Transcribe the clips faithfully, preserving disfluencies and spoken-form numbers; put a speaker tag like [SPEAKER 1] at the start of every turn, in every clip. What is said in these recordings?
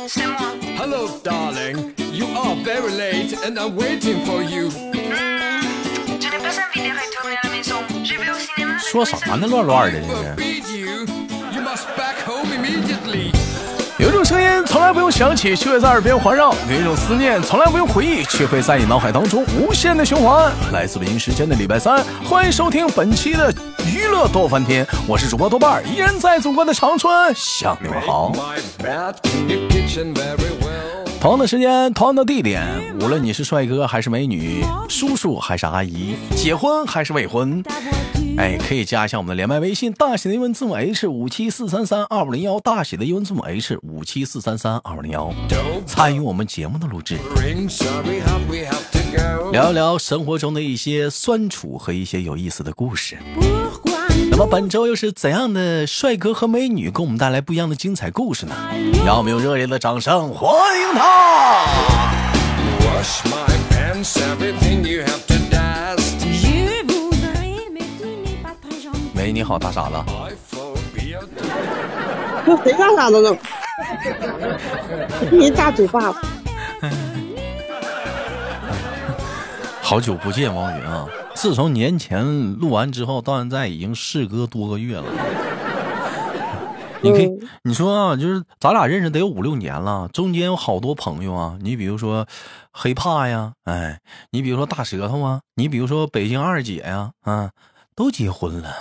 [SPEAKER 1] Hello, darling. You are very late, and I'm waiting for you.
[SPEAKER 2] 说啥呢？乱乱的这是。有一种声音从来不用想起，却会在耳边环绕；有一种思念从来不用回忆，却会在你脑海当中无限的循环。来自北京时间的礼拜三，欢迎收听本期的娱乐逗翻天，我是主播豆瓣，依然在祖国的长春向你们好。同样的时间，同样的地点，无论你是帅哥还是美女，叔叔还是阿姨，结婚还是未婚，哎，可以加一下我们的连麦微信，大写的英文字母 H 五七四三三二五零一，大写的英文字母 H 五七四三三二五零一，参与我们节目的录制，聊一聊生活中的一些酸楚和一些有意思的故事。那么本周又是怎样的帅哥和美女给我们带来不一样的精彩故事呢？让我们用热烈的掌声欢迎他！喂，你好，大傻子。
[SPEAKER 3] 我谁干啥的呢？你大嘴巴子。
[SPEAKER 2] 好久不见，王云啊！自从年前录完之后，到现在已经事隔多个月了。你可以，你说啊，就是咱俩认识得有五六年了，中间有好多朋友啊。你比如说黑怕呀，哎，你比如说大舌头啊，你比如说北京二姐呀，啊，都结婚了。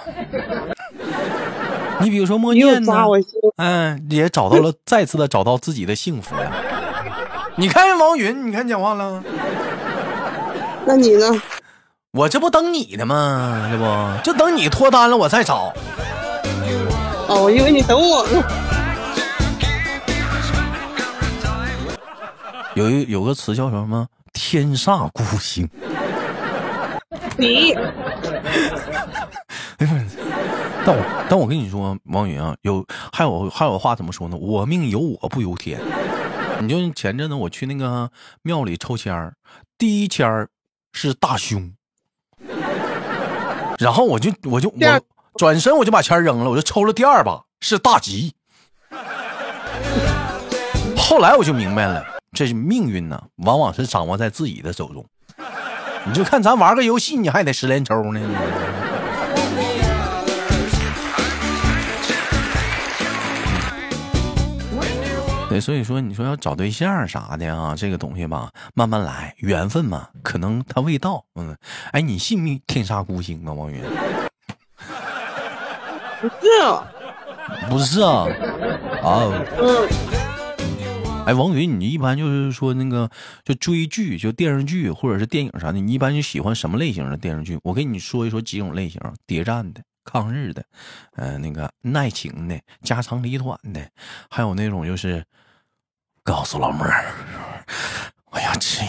[SPEAKER 2] 你比如说莫念呢，哎，也找到了，再次的找到自己的幸福呀。你看王云，你看讲话了。
[SPEAKER 3] 那你呢？
[SPEAKER 2] 我这不等你的吗？这不就等你脱单了我再找。
[SPEAKER 3] 哦，我以为你等我呢。
[SPEAKER 2] 有一有个词叫什么？天煞孤星。
[SPEAKER 3] 你。
[SPEAKER 2] 但我但我跟你说，王云啊，有还有还有话怎么说呢？我命由我不由天。你就前阵子我去那个庙里抽签儿，第一签儿是大凶。然后我就我就我转身我就把钱扔了，我就抽了第二把是大吉。后来我就明白了，这是命运呢，往往是掌握在自己的手中。你就看咱玩个游戏，你还得十连抽呢。对，所以说你说要找对象啥的啊，这个东西吧，慢慢来，缘分嘛，可能它未到。嗯，哎，你信不信天煞孤星啊，王云？
[SPEAKER 3] 不是，
[SPEAKER 2] 不是啊，啊，
[SPEAKER 3] 嗯，
[SPEAKER 2] 哎，王云，你一般就是说那个就追剧，就电视剧或者是电影啥的，你一般就喜欢什么类型的电视剧？我跟你说一说几种类型：谍战的、抗日的，呃，那个爱情的、家长里短的，还有那种就是告诉老妹儿我要吃鱼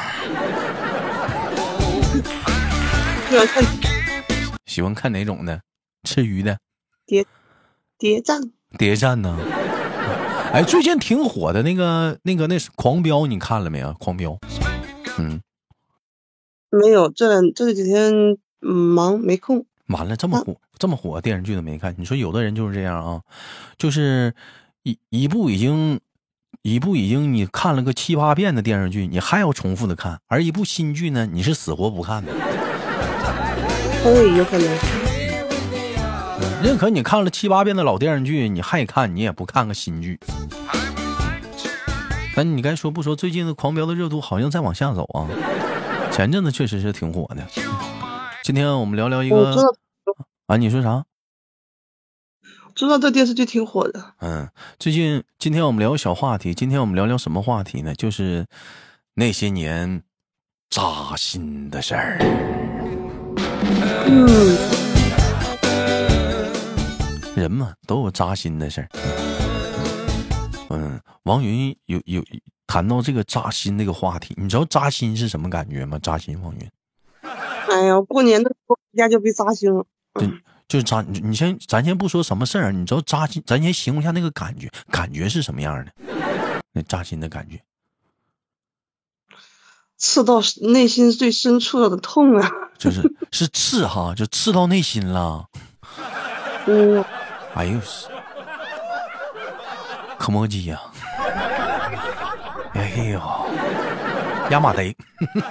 [SPEAKER 2] 了。喜欢看哪种的？吃鱼的？
[SPEAKER 3] 谍谍战？
[SPEAKER 2] 谍战呢？哎，最近挺火的那个那个那是狂飙，你看了没有？狂飙，嗯，
[SPEAKER 3] 没有，这这几天嗯忙没空。
[SPEAKER 2] 完了，这么火、啊、这么火的电视剧都没看。你说有的人就是这样啊，就是一一部已经一部已经你看了个七八遍的电视剧，你还要重复的看，而一部新剧呢，你是死活不看的。
[SPEAKER 3] 对，有可能。
[SPEAKER 2] 嗯，认可你看了七八遍的老电视剧，你还看，你也不看个新剧。但你该说不说，最近的狂飙的热度好像在往下走啊。前阵子确实是挺火的。今天我们聊聊一个啊，你说啥？
[SPEAKER 3] 知道这电视剧挺火的。
[SPEAKER 2] 嗯，最近今天我们聊小话题，今天我们聊聊什么话题呢？就是那些年扎心的事儿。
[SPEAKER 3] 嗯，
[SPEAKER 2] 人嘛都有扎心的事儿。嗯，王云有有谈到这个扎心这个话题，你知道扎心是什么感觉吗？扎心，王云。
[SPEAKER 3] 哎呀，过年的时候回家就被扎心了。
[SPEAKER 2] 对，就是扎你，你先咱先不说什么事儿，你知道扎心，咱先形容一下那个感觉，感觉是什么样的？那扎心的感觉，
[SPEAKER 3] 刺到内心最深处的痛啊！
[SPEAKER 2] 就是是刺哈，就刺到内心了。
[SPEAKER 3] 嗯，
[SPEAKER 2] 哎呦，可磨叽呀！ 哎呦，亚麻得。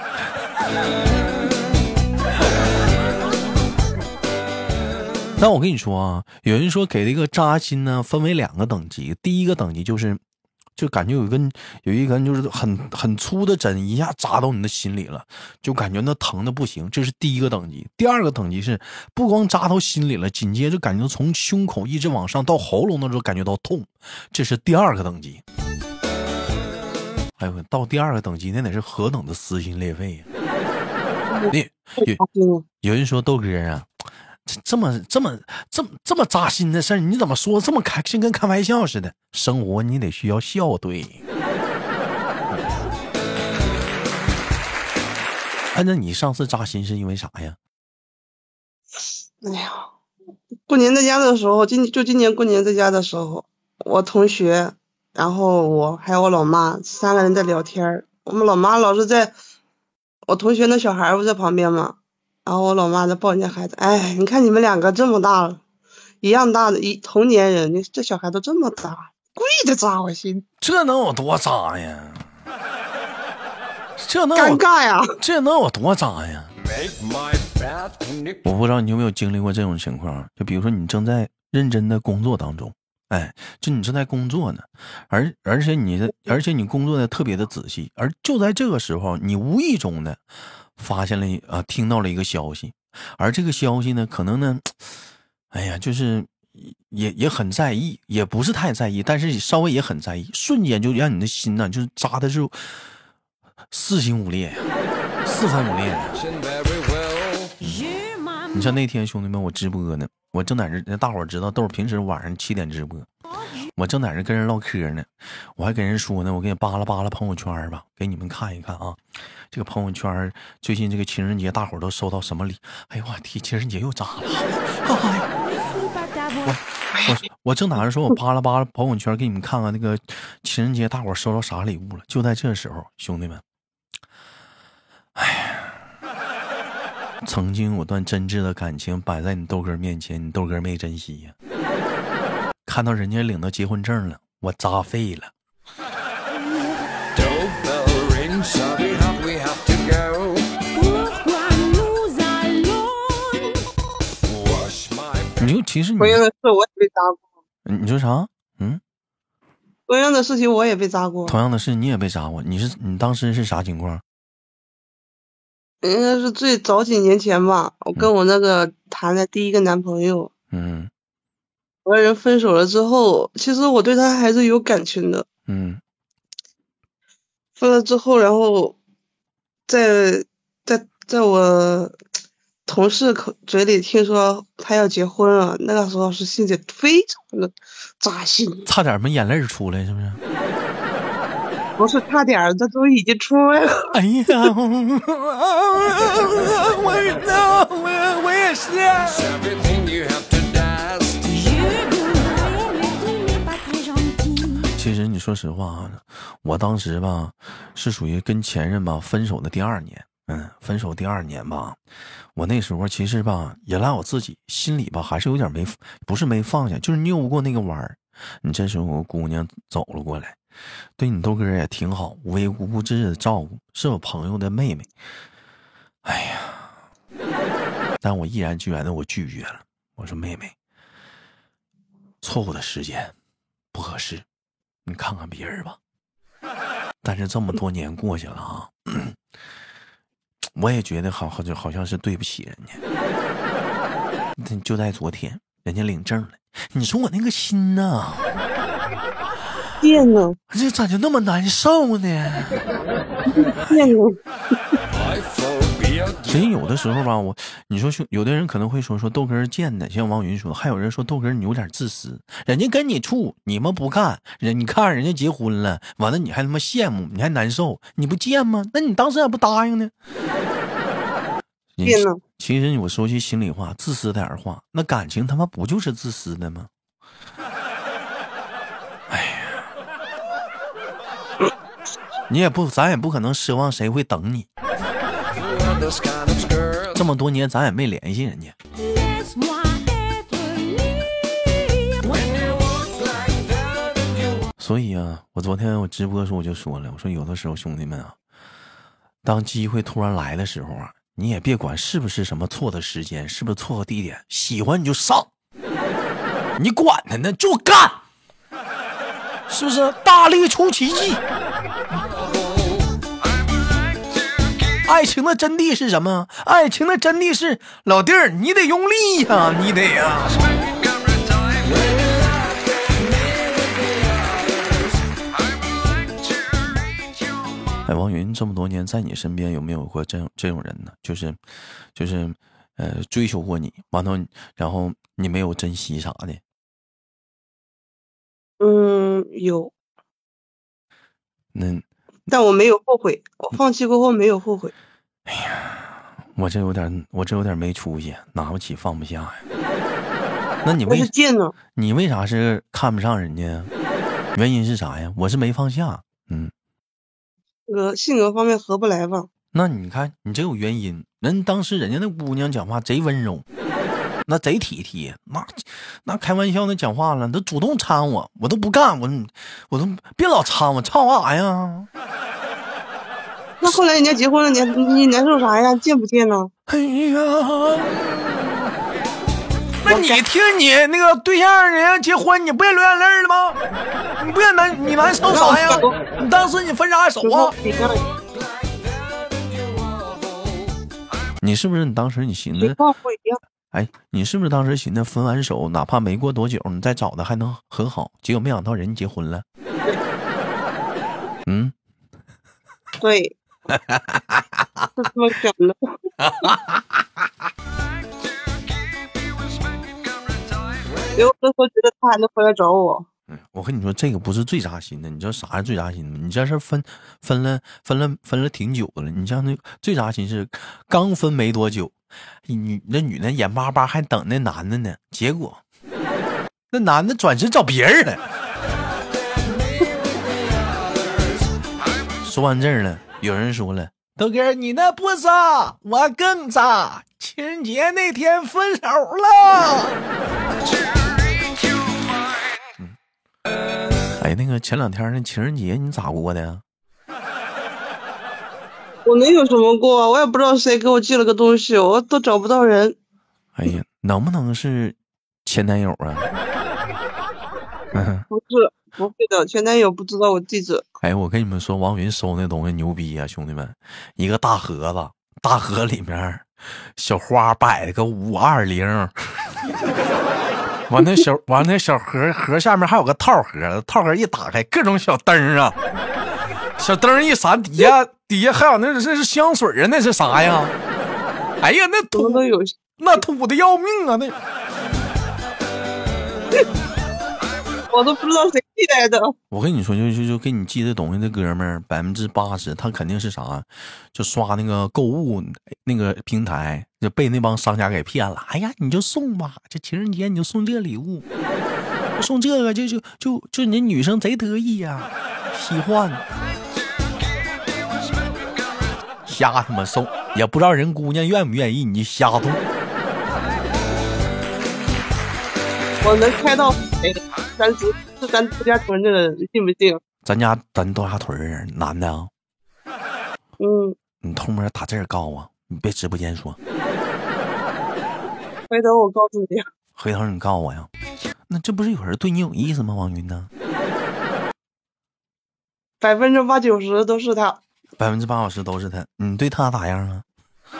[SPEAKER 2] 那我跟你说啊，有人说给这个扎心呢分为两个等级，第一个等级就是就感觉有一根有一根就是很很粗的针一下扎到你的心里了，就感觉那疼的不行，这是第一个等级。第二个等级是不光扎到心里了，紧接着感觉从胸口一直往上到喉咙的时候感觉到痛，这是第二个等级。哎呦，到第二个等级那得是何等的撕心裂肺呀、啊！你有有人说豆哥啊，这么这么这么这么扎心的事儿，你怎么说这么开心，跟开玩笑似的？生活你得需要笑对。哎，那你上次扎心是因为啥呀？
[SPEAKER 3] 哎呀，过年在家的时候，今就今年过年在家的时候，我同学，然后我还有我老妈三个人在聊天，我们老妈老是在，我同学那小孩不在旁边嘛。然后我老妈在抱人家孩子，哎，你看你们两个这么大了，一样大的，一同年人，你这小孩都这么大，故意的扎我心，
[SPEAKER 2] 这能有多扎呀？这能
[SPEAKER 3] 尴尬呀？
[SPEAKER 2] 这能有多扎呀？我不知道你有没有经历过这种情况，就比如说你正在认真的工作当中，哎，就你正在工作呢，而而且你的而且你工作的特别的仔细，而就在这个时候，你无意中的。发现了啊，听到了一个消息，而这个消息呢，可能呢，哎呀，就是也也很在意，也不是太在意，但是稍微也很在意，瞬间就让你的心呢、啊，就是扎的是四心五裂，四分五裂的。你像那天兄弟们，我直播呢，我正在这，大伙儿知道，都是平时晚上七点直播，我正在这跟人唠嗑呢，我还跟人说呢，我给你扒拉扒拉朋友圈吧，给你们看一看啊。这个朋友圈最近这个情人节大伙儿都收到什么礼？哎呦我天，情人节又炸了！我我我正打算说我扒拉扒拉朋友圈给你们看看那个情人节大伙儿收到啥礼物了。就在这时候，兄弟们，哎呀，曾经有段真挚的感情摆在你豆哥面前，你豆哥没珍惜呀、啊。看到人家领到结婚证了，我扎废了。你就其实你
[SPEAKER 3] 同样的事我也被扎过。
[SPEAKER 2] 你说啥？嗯，
[SPEAKER 3] 同样的事情我也被扎过。
[SPEAKER 2] 同样的事你也被扎过，你是你当时是啥情况？
[SPEAKER 3] 应该是最早几年前吧，我跟我那个谈的第一个男朋友，
[SPEAKER 2] 嗯，
[SPEAKER 3] 和人分手了之后，其实我对他还是有感情的。
[SPEAKER 2] 嗯，
[SPEAKER 3] 分了之后，然后在在在我同事口嘴里听说他要结婚了，那个时候是心里非常的扎心，
[SPEAKER 2] 差点没眼泪出来，是不是？
[SPEAKER 3] 不是差点，这都已经出来了。
[SPEAKER 2] 哎呀，我我我也是。其实你说实话啊，我当时吧是属于跟前任吧分手的第二年，嗯，分手第二年吧，我那时候其实吧也赖我自己，心里吧还是有点没，不是没放下，就是拗不过那个弯儿。你这时候我姑娘走了过来，对你豆哥也挺好，无微不至的照顾，是我朋友的妹妹。哎呀，但我毅然决然的我拒绝了，我说妹妹，错误的时间不合适，你看看别人吧。但是这么多年过去了啊，我也觉得好好像好像是对不起人家。就在昨天人家领证了，你说我那个心呐，
[SPEAKER 3] 变了，
[SPEAKER 2] 这咋就那么难受呢？
[SPEAKER 3] 变了。
[SPEAKER 2] 所以有的时候吧，我你说有的人可能会说说豆哥是贱的，像王云说，还有人说豆哥你有点自私，人家跟你处你们不干，人你看人家结婚了，完了你还他妈羡慕，你还难受，你不贱吗？那你当时也不答应呢？
[SPEAKER 3] 变了。
[SPEAKER 2] 其实我说句心里话，自私点话，那感情他妈不就是自私的吗？哎呀，你也不，咱也不可能奢望谁会等你。这么多年咱也没联系人家， 所以啊，我昨天我直播的时候我就说了，我说有的时候兄弟们啊，当机会突然来的时候啊，你也别管是不是什么错的时间，是不是错的地点，喜欢你就上，你管他呢，就干，是不是？大力出奇迹。爱情的真谛是什么？爱情的真谛是老弟儿，你得用力呀、啊，你得呀、啊。哎，王云，这么多年在你身边有没有过这种这种人呢？就是，就是，呃，追求过你，完了，然后你没有珍惜啥的。
[SPEAKER 3] 嗯，有。
[SPEAKER 2] 那，
[SPEAKER 3] 但我没有后悔，我放弃过后没有后悔。
[SPEAKER 2] 哎呀，我这有点，我这有点没出息，拿不起放不下呀。那你为你为啥是看不上人家？原因是啥呀？我是没放下，嗯。
[SPEAKER 3] 这个性格方面合不来吧？
[SPEAKER 2] 那你看，你这有原因。人当时人家那姑娘讲话贼温柔，那贼体贴，那那开玩笑那讲话了，都主动掺我，我都不干，我我都别老掺我，掺我啥呀？
[SPEAKER 3] 那后来人家结婚了，你你难受啥呀？见不见呢？
[SPEAKER 2] 哎呀，那你听你那个对象人家结婚，你不也流眼泪了吗？你不也难你难受啥呀？你当时你分啥手啊？你是不是你当时你寻思？哎，你是不是当时寻思分完手，哪怕没过多久，你再找的还能和好？结果没想到人结婚了。嗯，
[SPEAKER 3] 对，是这么想的。所以我那时候觉得他还能回来找我。
[SPEAKER 2] 嗯，我跟你说，这个不是最扎心的，你知道啥是最扎心的吗？你这是分分了分了分了挺久的了，你像那最扎心是刚分没多久，女那女的眼巴巴还等那男的呢，结果那男的转身找别人了。说完这儿了，有人说了，豆哥你那不渣，我更渣，情人节那天分手了。哎，那个前两天那情人节你咋过的呀？
[SPEAKER 3] 我没有什么过，我也不知道谁给我寄了个东西，我都找不到人。
[SPEAKER 2] 哎呀，能不能是前男友啊？
[SPEAKER 3] 不是，不会的，前男友不知道我地址。
[SPEAKER 2] 哎，我跟你们说，王云收那东西牛逼呀、啊，兄弟们！一个大盒子，大盒里面小花摆了个五二零。完那小完那小盒盒下面还有个套盒，套盒一打开，各种小灯啊，小灯一闪，底下底下还有那这是香水啊，那是啥呀？哎呀，那土
[SPEAKER 3] 都有，
[SPEAKER 2] 那土的要命啊！那
[SPEAKER 3] 我都不知道谁寄来的。
[SPEAKER 2] 我跟你说，就就就给你寄这东西的哥们儿，百分之八十他肯定是啥，就刷那个购物那个平台，就被那帮商家给骗了。哎呀，你就送吧，这情人节你就送这礼物，送这个就就就就你女生贼得意呀、啊，喜欢，瞎他妈送，也不知道人姑娘愿不愿意，你就瞎送。
[SPEAKER 3] 我能开到哎，咱是咱度假村的人，信不信？
[SPEAKER 2] 咱家咱度假屯人，男的啊。
[SPEAKER 3] 嗯。
[SPEAKER 2] 你偷摸打这儿告啊！你别直播间说。
[SPEAKER 3] 回头我告诉你。
[SPEAKER 2] 回头你告我呀？那这不是有人对你有意思吗？王云呢？
[SPEAKER 3] 百分之八九十都是他。
[SPEAKER 2] 百分之八九十都是他。你对他咋样啊？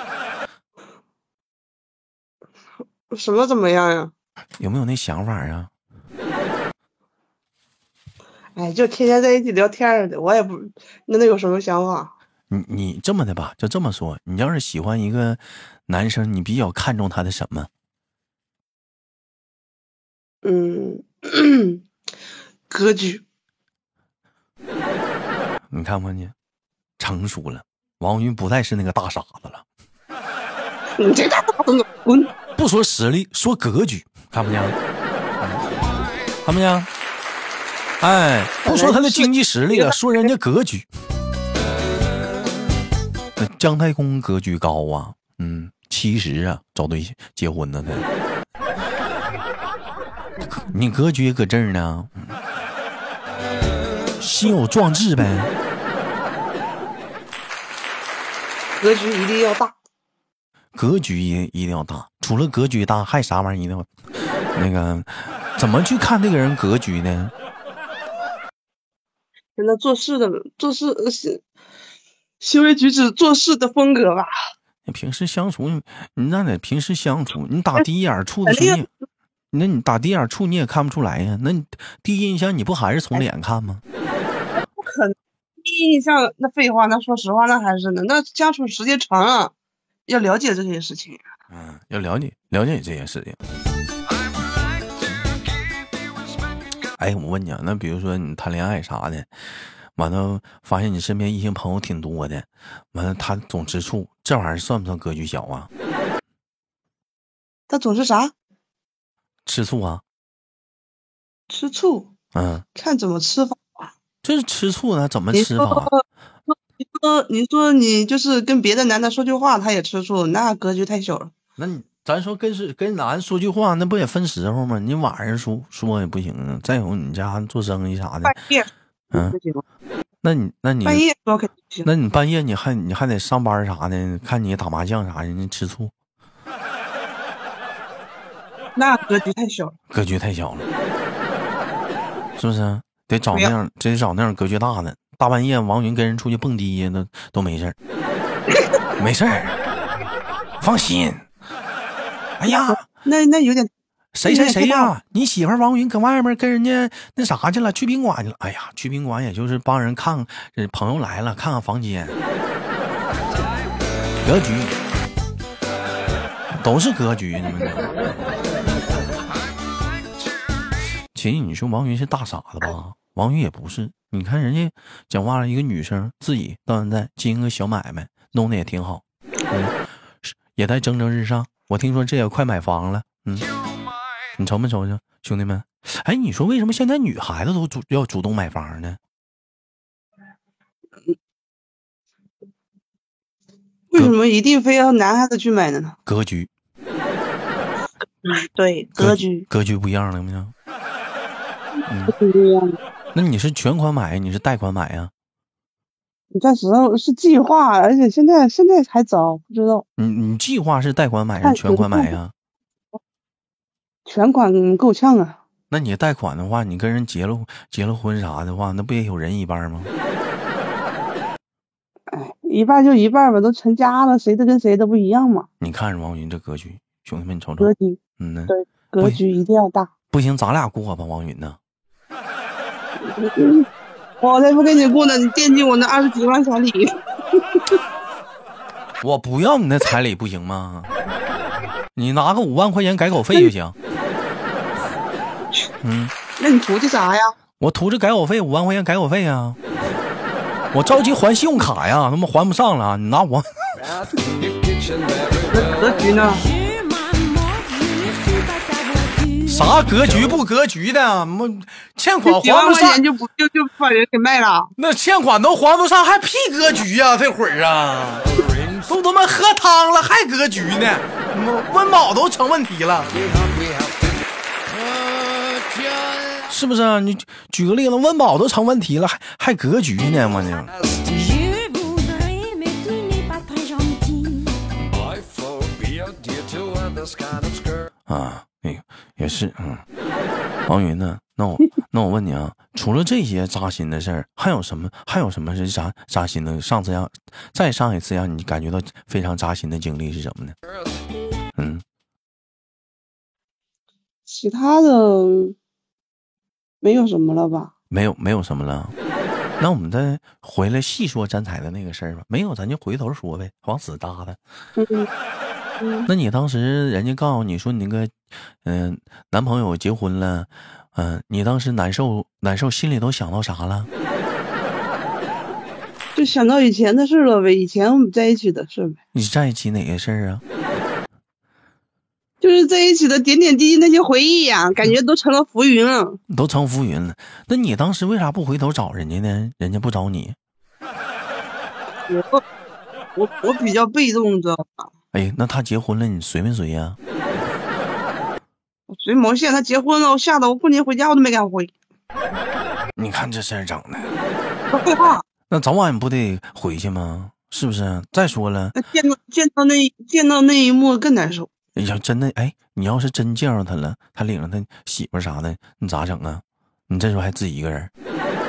[SPEAKER 3] 什么怎么样呀？
[SPEAKER 2] 有没有那想法啊？
[SPEAKER 3] 哎，就天天在一起聊天的，我也不那能有什么想法？
[SPEAKER 2] 你你这么的吧，就这么说，你要是喜欢一个男生，你比较看重他的什么？
[SPEAKER 3] 嗯，格局。
[SPEAKER 2] 你看看你，成熟了，王云不再是那个大傻子了。
[SPEAKER 3] 你这大傻子，滚！
[SPEAKER 2] 不说实力，说格局，看不见？看不见？哎，不说他的经济实力了，说人家格局。那姜太公格局高啊，嗯，七十啊，找对结婚的他。你格局搁这儿呢。嗯心有壮志呗。
[SPEAKER 3] 格局一定要大，
[SPEAKER 2] 格局也一定要大。除了格局大，还啥玩意儿一定要那个？怎么去看这个人格局呢？
[SPEAKER 3] 跟他做事的做事呃行行为举止、做事的风格吧。
[SPEAKER 2] 你平时相处，你那得平时相处，你打第一眼处的时候你，那你打第一眼处你也看不出来呀。那你第一印象你不还是从脸看吗？
[SPEAKER 3] 不可能，第一印象那废话，那说实话那还是呢。那相处时间长了，要了解这些事情。
[SPEAKER 2] 嗯，要了解了解这些事情。哎，我问你啊，那比如说你谈恋爱啥的，完了发现你身边异性朋友挺多的，完了他总吃醋，这玩意儿算不算格局小啊？
[SPEAKER 3] 他总是啥？
[SPEAKER 2] 吃醋啊？
[SPEAKER 3] 吃醋？
[SPEAKER 2] 嗯，
[SPEAKER 3] 看怎么吃法吧。
[SPEAKER 2] 就是吃醋呢，怎么吃法？
[SPEAKER 3] 你说你说你就是跟别的男的说句话，他也吃醋，那格局太小了。
[SPEAKER 2] 那你咱说跟是跟男说句话，那不也分时候吗？你晚上说说也不行啊。再有你家做生意啥的，
[SPEAKER 3] 半夜
[SPEAKER 2] 嗯，那你那你
[SPEAKER 3] 半夜说肯定行。
[SPEAKER 2] 那你半夜你还你还得上班啥的，看你打麻将啥，人家吃醋，
[SPEAKER 3] 那格局太小了，
[SPEAKER 2] 格局太小了，是不是？得找那样，得找那样格局大的。大半夜王云跟人出去蹦迪呀，那都没事儿，没事儿，放心。哎呀，
[SPEAKER 3] 那那有点
[SPEAKER 2] 谁谁谁呀？你媳妇王云搁外面跟人家那啥去了，去宾馆去了。哎呀，去宾馆也就是帮人看，朋友来了看看房间，格局都是格局，你们讲。其实你说王云是大傻子吧？王云也不是。你看人家讲话了，一个女生自己到现在经营个小买卖，弄得也挺好，嗯，也在蒸蒸日上。我听说这也快买房了，嗯，你瞅没瞅瞅，兄弟们？哎，你说为什么现在女孩子都主要主动买房呢？
[SPEAKER 3] 为什么一定非要男孩子去买的呢？
[SPEAKER 2] 格局，
[SPEAKER 3] 对，格局
[SPEAKER 2] 格局不一样了没有？嗯，
[SPEAKER 3] 不一样。
[SPEAKER 2] 那你是全款买，你是贷款买呀？
[SPEAKER 3] 你暂时是计划，而且现在现在还早，不知道。
[SPEAKER 2] 你你计划是贷款买还是全款买呀？
[SPEAKER 3] 全款够呛啊。
[SPEAKER 2] 那你贷款的话，你跟人结了结了婚啥的话，那不也有人一半吗？
[SPEAKER 3] 哎，一半就一半吧，都成家了，谁的跟谁的不一样嘛。
[SPEAKER 2] 你看着王云这格局，兄弟们你瞅瞅。
[SPEAKER 3] 格局，
[SPEAKER 2] 嗯呢，
[SPEAKER 3] 对，格局一定要大。
[SPEAKER 2] 不行，咱俩过吧，王云呢？
[SPEAKER 3] 我才不跟你过呢，你惦记我那二十几万彩礼。
[SPEAKER 2] 我不要你那彩礼不行吗？你拿个五万块钱改口费就行。嗯，
[SPEAKER 3] 那你图的啥呀？
[SPEAKER 2] 我图着改口费，五万块钱改口费呀。我着急还信用卡呀，他妈还不上了，你拿我。
[SPEAKER 3] 那格局呢？
[SPEAKER 2] 啥格局不格局的？么欠款
[SPEAKER 3] 几
[SPEAKER 2] 还不上，
[SPEAKER 3] 就不就就把人给卖了。
[SPEAKER 2] 那欠款都还不上，还屁格局呀、啊？这会儿啊，都他妈喝汤了，还格局呢？温饱都成问题了，是不是啊？你举个例子，温饱都成问题了，还还格局呢？我呢？啊。哎，也是，嗯，王云呢？那我那我问你啊，除了这些扎心的事儿，还有什么？还有什么是扎扎心的？上次让再上一次让你感觉到非常扎心的经历是什么呢？嗯，
[SPEAKER 3] 其他的没有什么了吧？
[SPEAKER 2] 没有，没有什么了。那我们再回来细说沾彩的那个事儿吧。没有，咱就回头说呗，往死搭的。
[SPEAKER 3] 嗯。
[SPEAKER 2] 那你当时人家告诉你说你那个，嗯、呃，男朋友结婚了，嗯、呃，你当时难受难受，心里都想到啥了？
[SPEAKER 3] 就想到以前的事了呗，以前我们在一起的事呗。
[SPEAKER 2] 你在一起哪个事儿啊？
[SPEAKER 3] 就是在一起的点点滴滴那些回忆呀、啊，感觉都成了浮云了。
[SPEAKER 2] 都成浮云了。那你当时为啥不回头找人家呢？人家不找你？
[SPEAKER 3] 我我我比较被动，你知道吧？
[SPEAKER 2] 哎，那他结婚了，你随没随呀？
[SPEAKER 3] 我随毛线，他结婚了，我吓得我过年回家我都没敢回。
[SPEAKER 2] 你看这事儿整的，
[SPEAKER 3] 废话，
[SPEAKER 2] 那早晚不得回去吗？是不是？再说了，
[SPEAKER 3] 见到见到那见到那一幕更难受。
[SPEAKER 2] 要真的哎，你要是真见着他了，他领着他媳妇啥的，你咋整啊？你这时候还自己一个人？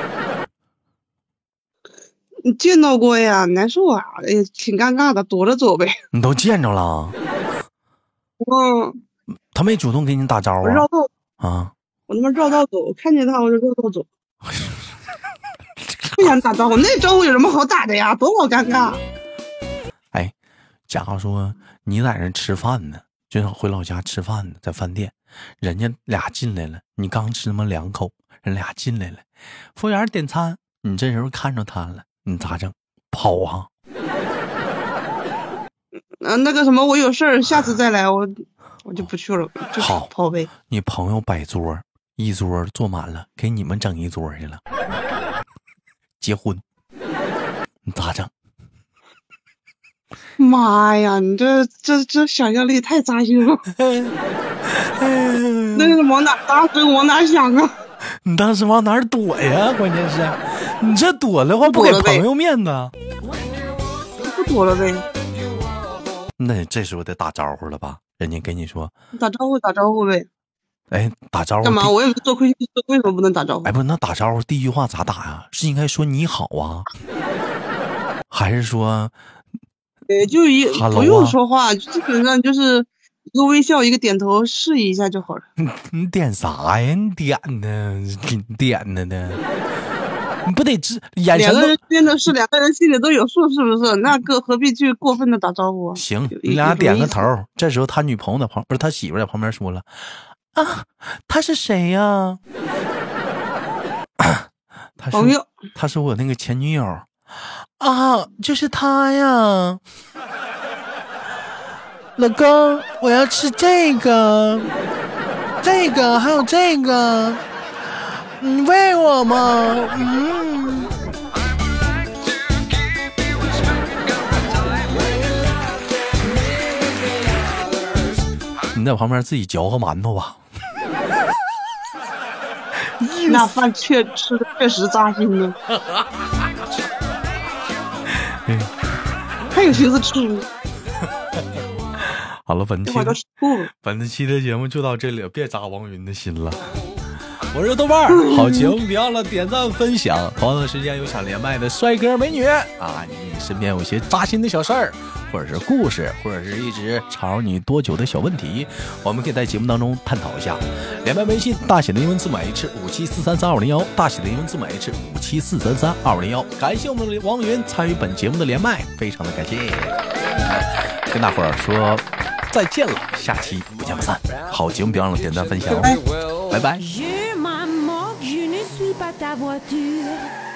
[SPEAKER 3] 你见到过呀，难受啊，也挺尴尬的，躲着走呗。
[SPEAKER 2] 你都见着了？
[SPEAKER 3] 嗯，
[SPEAKER 2] 他没主动给你打招呼
[SPEAKER 3] 我绕道
[SPEAKER 2] 啊？
[SPEAKER 3] 我他妈绕道走，看见他我就绕道走。不想打招呼，那招呼有什么好打的呀？多好尴尬。
[SPEAKER 2] 哎，假如说你在那吃饭呢，就回老家吃饭呢，在饭店，人家俩进来了，你刚吃那么两口，人俩进来了，服务员点餐，你这时候看着他了，你咋整？跑啊！
[SPEAKER 3] 啊，那个什么，我有事儿，下次再来，我我就不去了，就
[SPEAKER 2] 好
[SPEAKER 3] 跑呗。
[SPEAKER 2] 你朋友摆桌，一桌坐满了，给你们整一桌去了，结婚，你咋整？
[SPEAKER 3] 妈呀，你这这这想象力太扎心了。那是往哪打水往哪想啊？
[SPEAKER 2] 你当时往哪儿躲呀？关键是，你这躲的话不给朋友面子。
[SPEAKER 3] 不躲了呗。
[SPEAKER 2] 那这时候得打招呼了吧？人家跟你说
[SPEAKER 3] 打招呼打招呼呗。
[SPEAKER 2] 哎，打招呼
[SPEAKER 3] 干嘛？我也没做亏心事，为什么不能打招呼？
[SPEAKER 2] 哎，不，那打招呼第一句话咋打呀？是应该说你好啊，还是说？
[SPEAKER 3] 对，就一、
[SPEAKER 2] 啊、
[SPEAKER 3] 不用说话，基本上就是一个微笑，一个点头，示意一下就好了。
[SPEAKER 2] 你你点啥呀？你点呢？你点的呢？你不得只眼神
[SPEAKER 3] 两个人之间的事，两个人心里都有数，是不是？那个何必去过分的打招呼？
[SPEAKER 2] 行，你俩点个头。这时候他女朋友在旁，不是他媳妇在旁边说了啊，他是谁呀？他
[SPEAKER 3] 朋友，
[SPEAKER 2] 他是我那个前女友。啊，就是他呀，老公，我要吃这个，这个还有这个，你喂我吗？嗯。你在旁边自己嚼个馒头吧。
[SPEAKER 3] 那饭确吃的确实扎心呢。还有心思吃。
[SPEAKER 2] 好了，本期本期的节目就到这里，别扎王云的心了。我是豆瓣儿，好节目别忘了点赞分享。同样的时间有想连麦的帅哥美女啊，你身边有些扎心的小事儿，或者是故事，或者是一直缠绕你多久的小问题，我们可以在节目当中探讨一下。连麦微信大写的英文字母 H 五七四三三二五零幺，大写的英文字母 H 五七四三三二五零幺。感谢我们的王云参与本节目的连麦，非常的感谢，跟大伙儿说再见了，下期不见不散。好节目别忘了点赞分享哦，拜拜。
[SPEAKER 4] Je suis pas ta voiture.